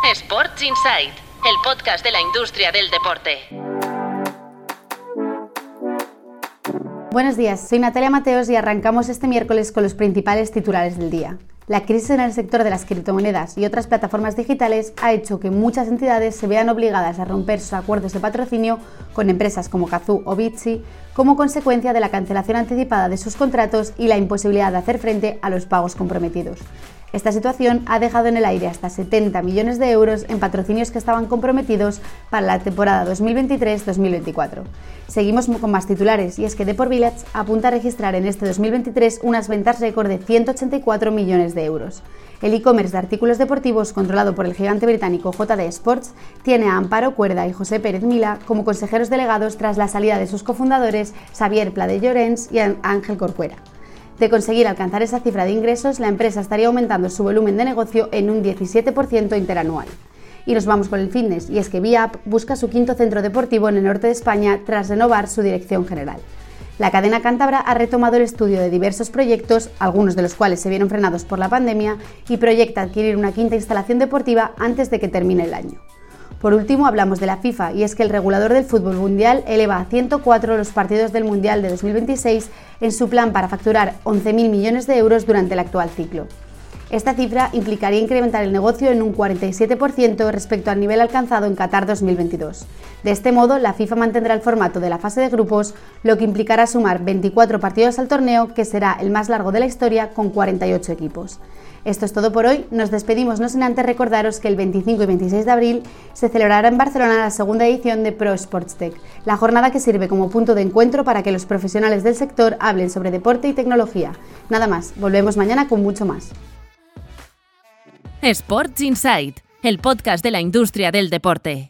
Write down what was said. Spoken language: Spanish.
Sports Insight, el podcast de la industria del deporte. Buenos días, soy Natalia Mateos y arrancamos este miércoles con los principales titulares del día. La crisis en el sector de las criptomonedas y otras plataformas digitales ha hecho que muchas entidades se vean obligadas a romper sus acuerdos de patrocinio con empresas como Cazoo o Bitsi como consecuencia de la cancelación anticipada de sus contratos y la imposibilidad de hacer frente a los pagos comprometidos. Esta situación ha dejado en el aire hasta 70 millones de euros en patrocinios que estaban comprometidos para la temporada 2023-2024. Seguimos con más titulares y es que Deport Village apunta a registrar en este 2023 unas ventas récord de 184 millones de euros. El e-commerce de artículos deportivos controlado por el gigante británico JD Sports tiene a Amparo Cuerda y José Pérez Mila como consejeros delegados tras la salida de sus cofundadores Xavier Pla de Llorens y Ángel Corcuera. De conseguir alcanzar esa cifra de ingresos, la empresa estaría aumentando su volumen de negocio en un 17% interanual. Y nos vamos con el fitness, y es que Viap busca su quinto centro deportivo en el norte de España tras renovar su dirección general. La cadena cántabra ha retomado el estudio de diversos proyectos, algunos de los cuales se vieron frenados por la pandemia, y proyecta adquirir una quinta instalación deportiva antes de que termine el año. Por último, hablamos de la FIFA, y es que el regulador del fútbol mundial eleva a 104 los partidos del Mundial de 2026 en su plan para facturar 11.000 millones de euros durante el actual ciclo. Esta cifra implicaría incrementar el negocio en un 47% respecto al nivel alcanzado en Qatar 2022. De este modo, la FIFA mantendrá el formato de la fase de grupos, lo que implicará sumar 24 partidos al torneo, que será el más largo de la historia, con 48 equipos. Esto es todo por hoy, nos despedimos no sin antes recordaros que el 25 y 26 de abril se celebrará en Barcelona la segunda edición de Pro Sports Tech, la jornada que sirve como punto de encuentro para que los profesionales del sector hablen sobre deporte y tecnología. Nada más, volvemos mañana con mucho más. Sports Insight, el podcast de la industria del deporte.